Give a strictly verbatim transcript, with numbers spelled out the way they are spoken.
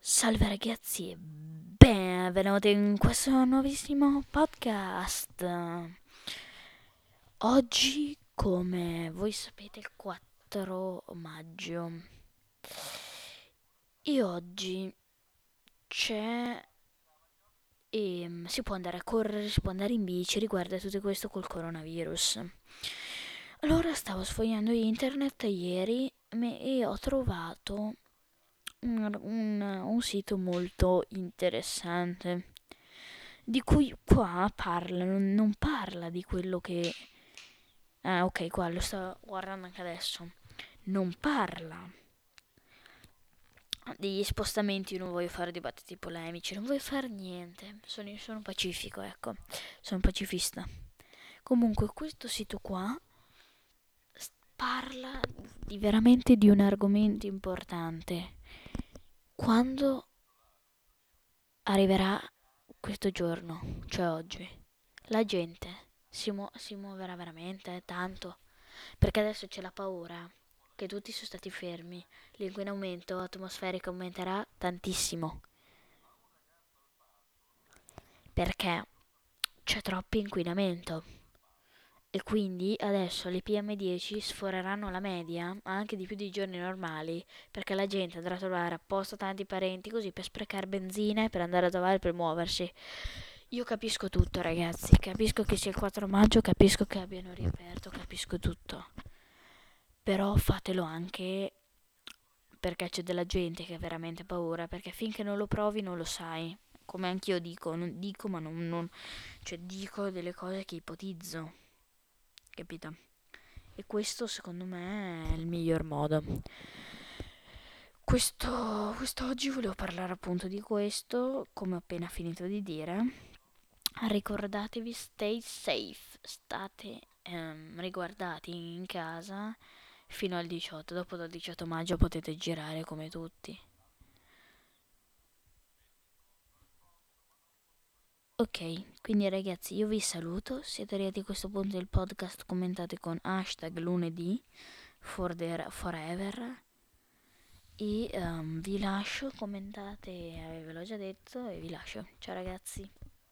Salve ragazzi e benvenuti in questo nuovissimo podcast. Oggi, come voi sapete, è il quattro maggio e oggi c'è e mm, si può andare a correre, si può andare in bici, riguarda tutto questo col coronavirus. Allora stavo sfogliando internet ieri me- e ho trovato un, un- un sito molto interessante, di cui qua parla, non, non parla di quello che... Ah, ok, qua lo sto guardando anche adesso. Non parla degli spostamenti, io non voglio fare dibattiti polemici, non voglio fare niente. Sono, sono pacifico, ecco, sono pacifista. Comunque, questo sito qua s- parla di veramente di un argomento importante. Quando arriverà questo giorno, cioè oggi, la gente si, mu- si muoverà veramente tanto, perché adesso c'è la paura che tutti sono stati fermi, l'inquinamento atmosferico aumenterà tantissimo, perché c'è troppo inquinamento e quindi adesso le P M dieci sforeranno la media, anche di più di giorni normali, perché la gente andrà a trovare apposta tanti parenti così per sprecare benzina e per andare a trovare per muoversi. Io capisco tutto, ragazzi, capisco che sia il quattro maggio, capisco che abbiano riaperto, capisco tutto. Però fatelo anche perché c'è della gente che ha veramente paura, perché finché non lo provi non lo sai. Come anch'io dico, non dico, ma non, non- cioè dico delle cose che ipotizzo, capito? E questo secondo me è il miglior modo. Questo, quest'oggi volevo parlare appunto di questo, come ho appena finito di dire. Ricordatevi, stay safe, state ehm, riguardati in casa fino al diciotto, dopo dal diciotto maggio potete girare come tutti. Ok, quindi ragazzi io vi saluto, siete arrivati a questo punto del podcast, commentate con hashtag lunedì for the forever e ehm, vi lascio, commentate, eh, ve l'ho già detto e vi lascio. Ciao ragazzi.